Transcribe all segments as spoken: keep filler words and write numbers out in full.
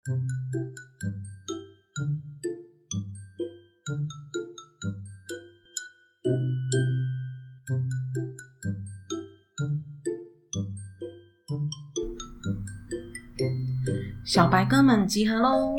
小白哥们集合咯！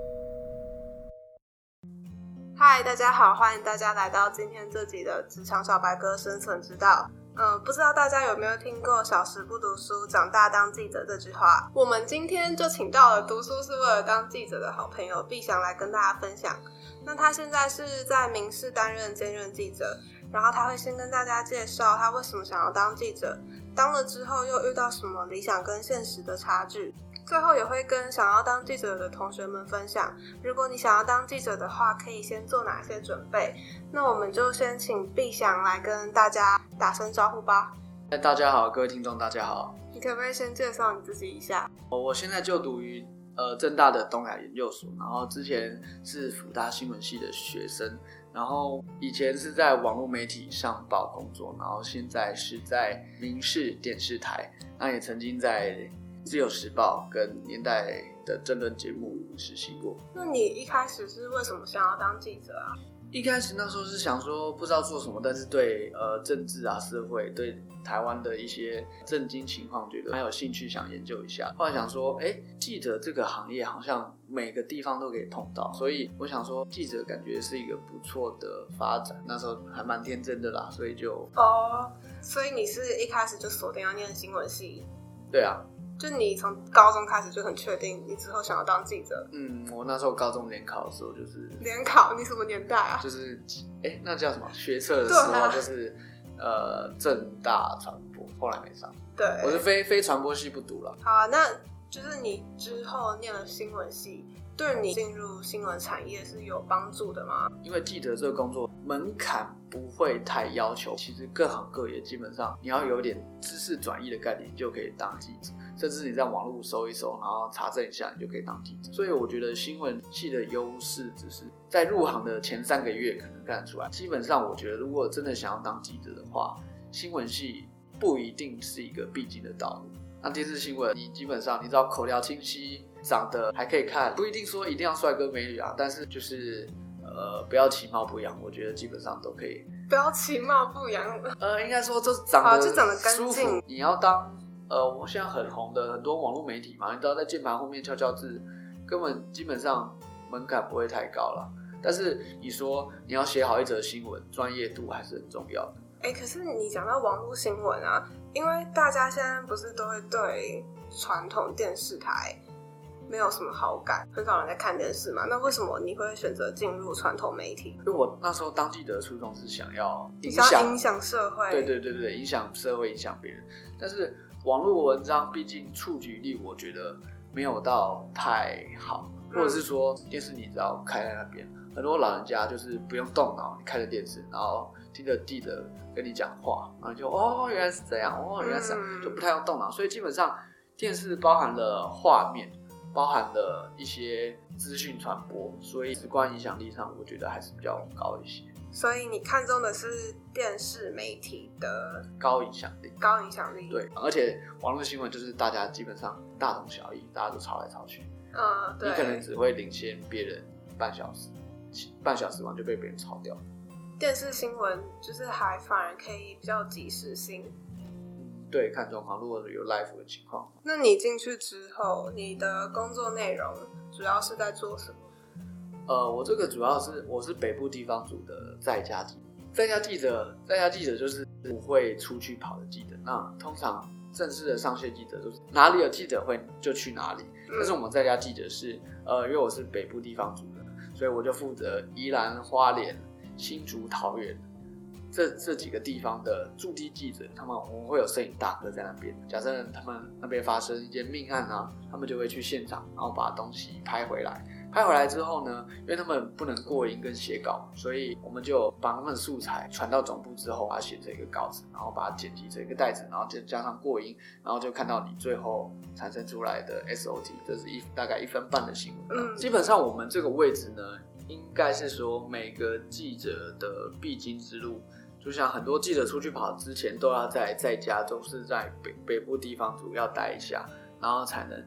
嗨，大家好，欢迎大家来到今天这集的职场小白哥生存之道。呃，不知道大家有没有听过小时不读书，长大当记者这句话？我们今天就请到了读书是为了当记者的好朋友毕翔来跟大家分享。那他现在是在民视担任兼任记者，然后他会先跟大家介绍他为什么想要当记者，当了之后又遇到什么理想跟现实的差距，最后也会跟想要当记者的同学们分享，如果你想要当记者的话，可以先做哪些准备。那我们就先请毕翔来跟大家打声招呼吧。 大家好，各位听众大家好。 你可不可以先介绍你自己一下？ 我现在就读于呃政大的东海研究所，然后之前是辅大新闻系的学生，然后以前是在网络媒体上报工作，然后现在是在民视电视台，那也曾经在自由时报跟年代的政论节目实习过。 那你一开始是为什么想要当记者啊？ 一开始那时候是想说不知道做什么，但是对呃政治啊、社会、对台湾的一些政经情况觉得蛮有兴趣，想研究一下。后来想说，哎，记者这个行业好像每个地方都可以碰到，所以我想说记者感觉是一个不错的发展。那时候还蛮天真的啦，所以就哦，所以你是一开始就锁定要念新闻系？ 对啊。 就你从高中开始就很确定你之后想要当记者？ 嗯，我那时候高中联考的时候就是联考，你什么年代啊？ 就是哎，那叫什么学测的时候就是、啊、呃政大传播，后来没上。 对， 我是非非传播系不读了。 好啊，那就是你之后念了新闻系，对你进入新闻产业是有帮助的吗？ 因为记者这个工作门槛不会太要求，其实各行各业基本上你要有点知识转移的概念，你就可以当记者。甚至你在网络搜一搜，然后查证一下，你就可以当记者。所以我觉得新闻系的优势只是在入行的前三个月可能看得出来。基本上我觉得如果真的想要当记者的话，新闻系不一定是一个必经的道路。那电视新闻你基本上你只要口条清晰，长得还可以看，不一定说一定要帅哥美女啊，但是就是呃不要其貌不扬，我觉得基本上都可以。 不要其貌不扬， 呃应该说就长得就长得干舒服。你要当呃，我现在很红的很多网络媒体嘛，你知道在键盘后面敲敲字，根本基本上门槛不会太高啦。但是你说你要写好一则新闻，专业度还是很重要的。 哎、欸，可是你讲到网络新闻啊，因为大家现在不是都会对传统电视台没有什么好感，很少人在看电视嘛，那为什么你会选择进入传统媒体？ 因为我那时候当记者的初衷是想要影响， 响影响社会， 对对对对，影响社会，影响别人，但是网络文章毕竟触及力我觉得没有到太好，或者是说电视你只要开在那边，很多老人家就是不用动脑，你开着电视然后听着记者跟你讲话，然后就哦原来是这样，哦原来是这样、嗯、就不太用动脑，所以基本上电视包含了画面，包含了一些资讯传播，所以直观影响力上我觉得还是比较高一些。 所以你看中的是电视媒体的高影响力， 高影响力， 对，而且网络新闻就是大家基本上大同小异，大家都吵来吵去， 嗯，对， 你可能只会领先别人半小时，半小时完就被别人吵掉。 电视新闻就是还反而可以比较及时性， 对，看状况，如果有 live 的情况。 那你进去之后，你的工作内容主要是在做什么？ 呃，我这个主要是我是北部地方组的在家记者，在家记者，在家记者就是不会出去跑的记者。那通常正式的上线记者就是哪里有记者会就去哪里，嗯、但是我们在家记者是，呃，因为我是北部地方组的，所以我就负责宜兰、花莲、新竹、桃园这这几个地方的驻地记者，他们我们会有摄影大哥在那边。假设他们那边发生一件命案啊，他们就会去现场，然后把东西拍回来。拍回来之后呢，因为他们不能过音跟写稿，所以我们就把他们的素材传到总部之后，把它写成一个稿子，然后把它剪辑成一个带子，然后再加上过音，然后就看到你最后产生出来的 S O T， 这是一大概一分半的新闻。嗯，基本上我们这个位置呢，应该是说每个记者的必经之路。就像很多记者出去跑之前都要在在家，都是在北北部地方组要待一下，然后才能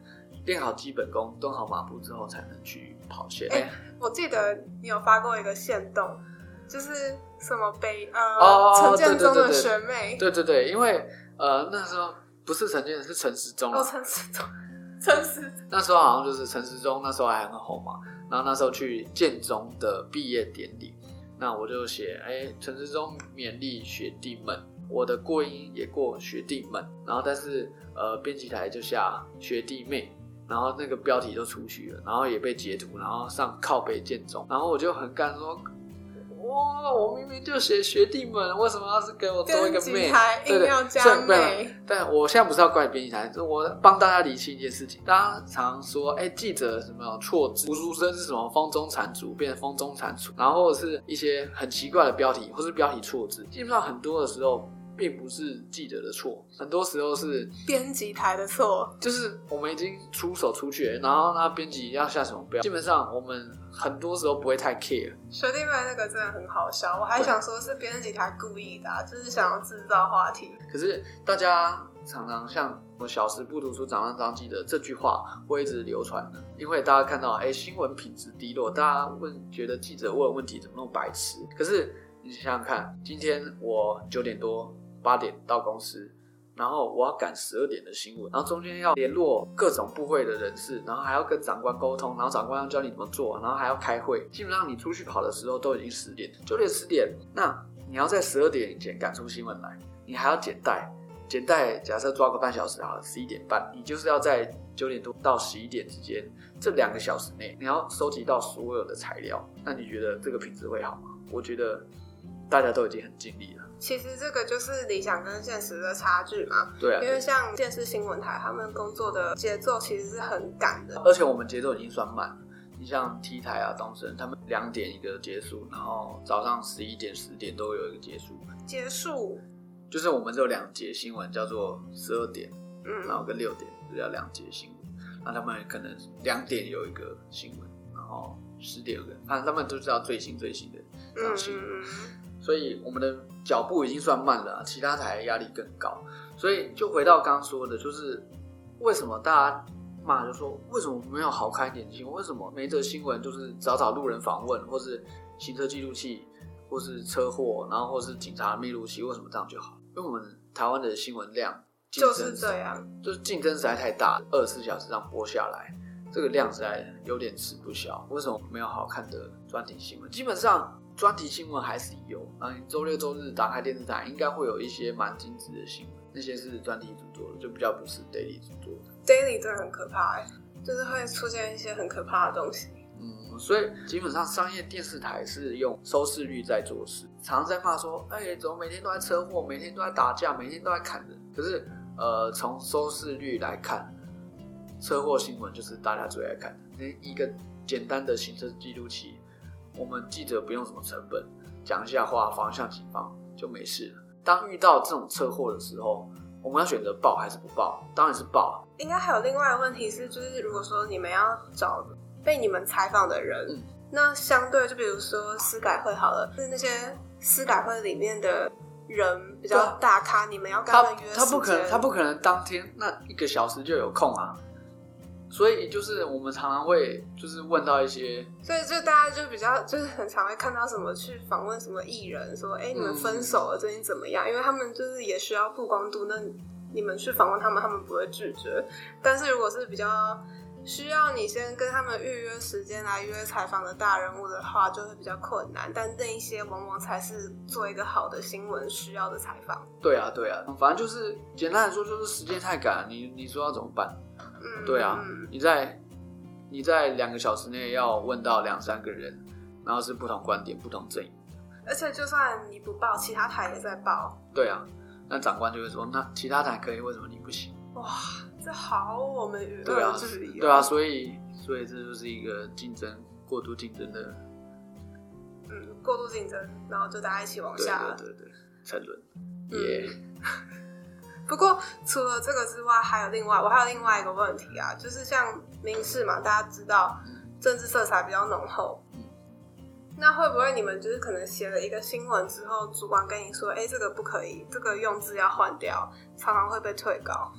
练好基本功，蹲好马步之后才能去跑线。 哎、欸，我记得你有发过一个限动，就是什么北呃哦陈建中的学妹， 对对 对, 对, 对, 对，因为呃那时候不是陈建，是陈时中哦，陈时中，陈时中那时候好像就是陈时中，那时候还很红嘛。然后那时候去建中的毕业典礼，那我就写哎陈时中勉励学弟们，我的过音也过学弟们，然后但是呃编辑台就下学弟妹。然后那个标题就出去了，然后也被截图，然后上靠北建中，然后我就很干说，哇，我明明就写学弟们，为什么要是给我做一个妹？ 编辑台硬要加妹。 但我现在不是要怪编辑台，我帮大家理清一件事情。大家常说，哎，记者什么错字，读书生是什么风中蟾蜍变成风中蟾蜍，然后或者是一些很奇怪的标题，或是标题错字，基本上很多的时候。并不是记者的错，很多时候是编辑台的错。 就是我们已经出手出去了，然后那编辑要下什么标，基本上我们很多时候不会太 care。 学弟妹那个真的很好笑，我还想说是编辑台故意的、啊，就是想要制造话题。 可是大家常常像我小时不读书长大当记者这句话会一直流传的，因为大家看到哎新闻品质低落，大家问觉得记者问问题怎么那么白痴。可是你想想看，今天我九点多。八点到公司，然后我要赶十二点的新闻，然后中间要联络各种部会的人士，然后还要跟长官沟通，然后长官要教你怎么做，然后还要开会。基本上你出去跑的时候都已经十点，九点十点，那你要在十二点以前赶出新闻来，你还要剪带，剪带假设抓个半小时好了，十一点半，你就是要在九点多到十一点之间这两个小时内，你要收集到所有的材料。那你觉得这个品质会好吗？我觉得大家都已经很尽力了。 其实这个就是理想跟现实的差距嘛。 对啊， 因为像电视新闻台，他们工作的节奏其实是很赶的， 而且我们节奏已经算慢了。你像 T 台啊、东森，他们两点一个结束，然后早上十一点、十点都有一个结束。 结束就是我们只有两节新闻，叫做十二点， 嗯， 然后跟六点，就叫两节新闻。那他们可能两点有一个新闻，然后十点有一个，反正他们都知道最新最新的新闻。嗯嗯所以我们的脚步已经算慢了，其他台压力更高。所以就回到刚刚说的，就是为什么大家骂就说为什么没有好看一点的新闻？为什么每则新闻就是找找路人访问，或是行车记录器，或是车祸，然后或是警察的密录器？为什么这样就好？因为我们台湾的新闻量就是这样， 就是竞争实在太大，二十四小时这样播下来，这个量实在有点吃不消。为什么没有好看的专题新闻？基本上。专题新闻还是有，然后你周六周日打开电视台，应该会有一些蛮精致的新闻，那些是专题组做的，就比较不是 daily 组做的。 daily 真的很可怕哎，就是会出现一些很可怕的东西。 嗯，所以基本上商业电视台是用收视率在做事，常常在骂说，哎、欸，怎么每天都在车祸，每天都在打架，每天都在砍人？可是，呃，从收视率来看，车祸新闻就是大家最爱看的，一个简单的行车记录器。我们记者不用什么成本，讲一下话，方向警方就没事了。当遇到这种车祸的时候，我们要选择报还是不报？当然是报。 应该还有另外的问题是，就是如果说你们要找被你们采访的人，嗯、那相对就比如说司改会好了，是那些司改会里面的人比较大咖，你们要跟他们约时间， 他不可能，他不可能当天那一个小时就有空啊。所以就是我们常常会就是问到一些， 所以就大家就比较就是很常会看到什么去访问什么艺人说，哎、欸，你们分手了，最近怎么样？因为他们就是也需要曝光度，那你们去访问他们，他们不会拒绝。但是如果是比较需要你先跟他们预约时间来约采访的大人物的话，就会比较困难。但那一些往往才是做一个好的新闻需要的采访。 对啊，对啊，反正就是简单来说，就是时间太赶了，你你说要怎么办？嗯，对啊，嗯、你在你在两个小时内要问到两三个人，然后是不同观点、不同阵营， 而且就算你不报，其他台也在报。 对啊，那长官就会说，那其他台可以，为什么你不行？ 哇，这好我们与恶距离、 啊。对啊，所以所以这就是一个竞争过度竞争的， 嗯，过度竞争，然后就大家一起往下， 对对对对，沉沦，耶、 嗯。不过除了这个之外，还有另外我还有另外一个问题啊，就是像民视嘛，大家知道政治色彩比较浓厚，嗯、那会不会你们就是可能写了一个新闻之后，主管跟你说，哎，这个不可以，这个用字要换掉，常常会被退稿？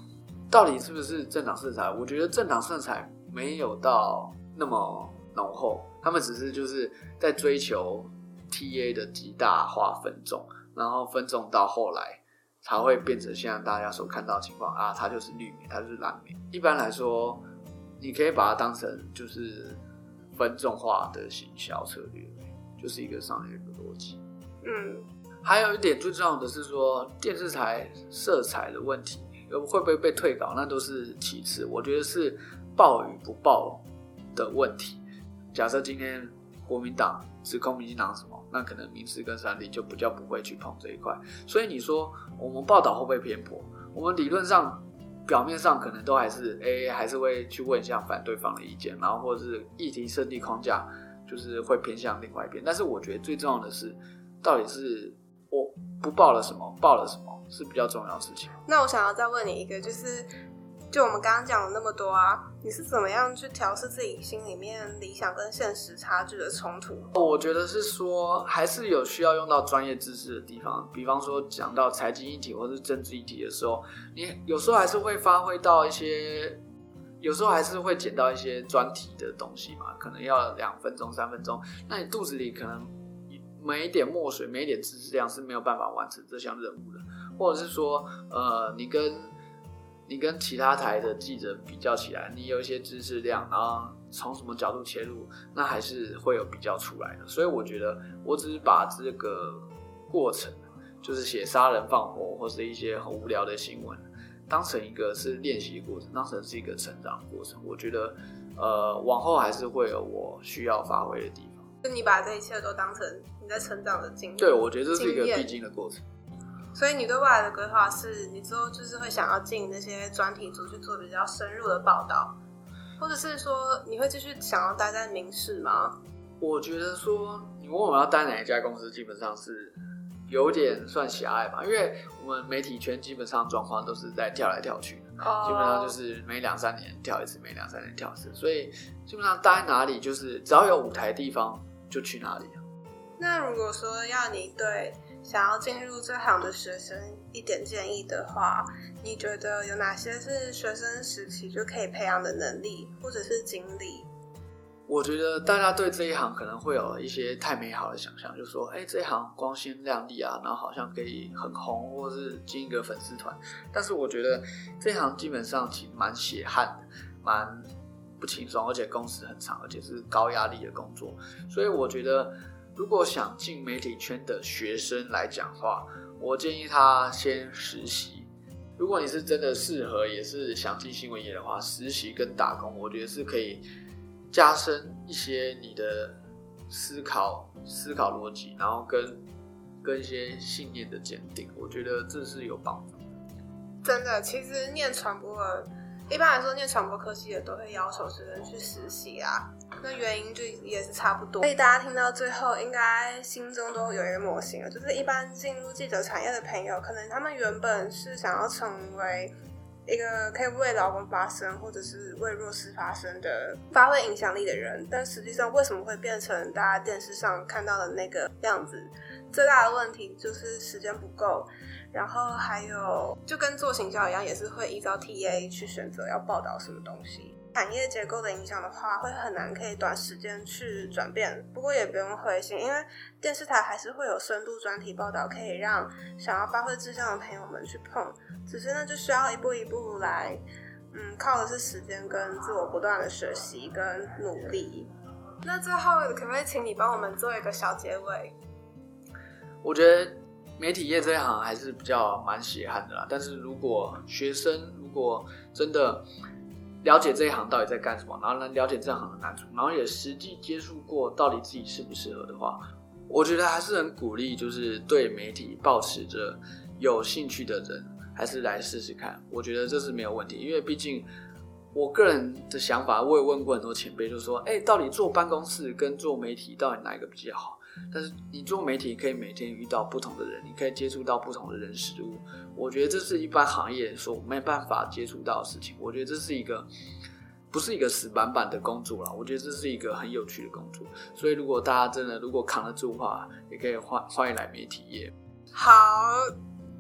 到底是不是政党色彩？我觉得政党色彩没有到那么浓厚，他们只是就是在追求 T A 的极大化分众，然后分众到后来才会变成现在大家所看到的情况啊，它就是绿媒，它就是蓝媒。一般来说，你可以把它当成就是分众化的行销策略，就是一个商业的逻辑。 嗯， 还有一点最重要的是说，电视台色彩的问题会不会被退稿，那都是其次。我觉得是报与不报的问题。假设今天国民党指控民进党什么，那可能民视跟三立就比较不会去碰这一块。所以你说我们报道会不会偏颇？我们理论上表面上可能都还是 A A 还是会去问一下反对方的意见，然后或者是议题设定框架就是会偏向另外一边。但是我觉得最重要的是，到底是我不报了什么，报了什么是比较重要的事情。 那我想要再问你一个，就是就我们刚刚讲了那么多啊，你是怎么样去调试自己心里面理想跟现实差距的冲突？ 我觉得是说还是有需要用到专业知识的地方，比方说讲到财经议题或是政治议题的时候，你有时候还是会发挥到一些，有时候还是会捡到一些专题的东西嘛，可能要两分钟三分钟，那你肚子里可能没一点墨水没一点知识量是没有办法完成这项任务的，或者是说呃，你跟你跟其他台的记者比较起来，你有一些知识量，然后从什么角度切入，那还是会有比较出来的。所以我觉得我只是把这个过程，就是写杀人放火或是一些很无聊的新闻，当成一个是练习的过程，当成是一个成长的过程。我觉得呃，往后还是会有我需要发挥的地方。 就你把这一切都当成你在成长的经历。 对，我觉得这是一个必经的过程。 所以你对未来的规划是，你之后就是会想要进那些专题组去做比较深入的报道，或者是说你会继续想要待在民视吗？ 我觉得说你问我要待哪一家公司，基本上是有点算狭隘吧，因为我们媒体圈基本上状况都是在跳来跳去的， oh. 基本上就是每两三年跳一次，每两三年跳一次，所以基本上待哪里就是只要有舞台地方就去哪里。 那如果说要你对想要进入这行的学生一点建议的话，你觉得有哪些是学生时期就可以培养的能力或者是经历？ 我觉得大家对这一行可能会有一些太美好的想象，就是说，哎，这一行光鲜亮丽啊，然后好像可以很红，或是经一个粉丝团。但是我觉得这一行基本上其实蛮血汗的，蛮不轻松，而且工时很长，而且是高压力的工作。所以我觉得，如果想进媒体圈的学生来讲的话，我建议他先实习。如果你是真的适合，也是想进新闻业的话，实习跟打工，我觉得是可以加深一些你的思考、思考逻辑，然后跟跟一些信念的坚定，我觉得这是有帮助的。 真的，其实念传播的，一般来说念传播科系的都会要求学生去实习啊。那原因就也是差不多，所以大家听到最后应该心中都有一个模型了，就是一般进入记者产业的朋友，可能他们原本是想要成为一个可以为劳工发声或者是为弱势发声的发挥影响力的人，但实际上为什么会变成大家电视上看到的那个样子？最大的问题就是时间不够，然后还有就跟做行销一样，也是会依照 T A 去选择要报道什么东西。产业结构的影响的话，会很难可以短时间去转变。不过也不用灰心，因为电视台还是会有深度专题报道，可以让想要发挥志向的朋友们去碰。只是呢，就需要一步一步来，嗯，靠的是时间跟自我不断的学习跟努力。那最后可不可以请你帮我们做一个小结尾？ 我觉得媒体业这一行还是比较蛮血汗的啦，但是如果学生如果真的了解这一行到底在干什么，然后能了解这行的难处，然后也实际接触过到底自己适不适合的话，我觉得还是很鼓励，就是对媒体抱持着有兴趣的人还是来试试看，我觉得这是没有问题。因为毕竟我个人的想法，我也问过很多前辈，就说哎，到底做办公室跟做媒体到底哪一个比较好？但是你做媒体可以每天遇到不同的人，你可以接触到不同的人事物，我觉得这是一般行业所没办法接触到的事情。我觉得这是一个不是一个死板板的工作啦，我觉得这是一个很有趣的工作。所以如果大家真的如果扛得住的话，也可以欢欢迎来媒体业。 好，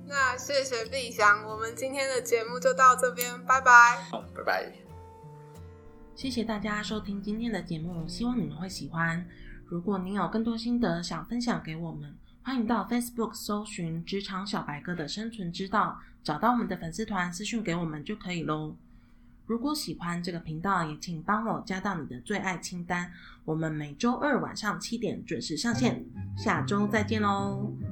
那谢谢碧翔，我们今天的节目就到这边，拜拜。 好，拜拜。 谢谢大家收听今天的节目，希望你们会喜欢。如果你有更多心得想分享给我们，欢迎到 Facebook 搜寻职场小白哥的生存之道，找到我们的粉丝团私讯给我们就可以咯。如果喜欢这个频道，也请帮我加到你的最爱清单。我们每周二晚上七点准时上线，下周再见咯。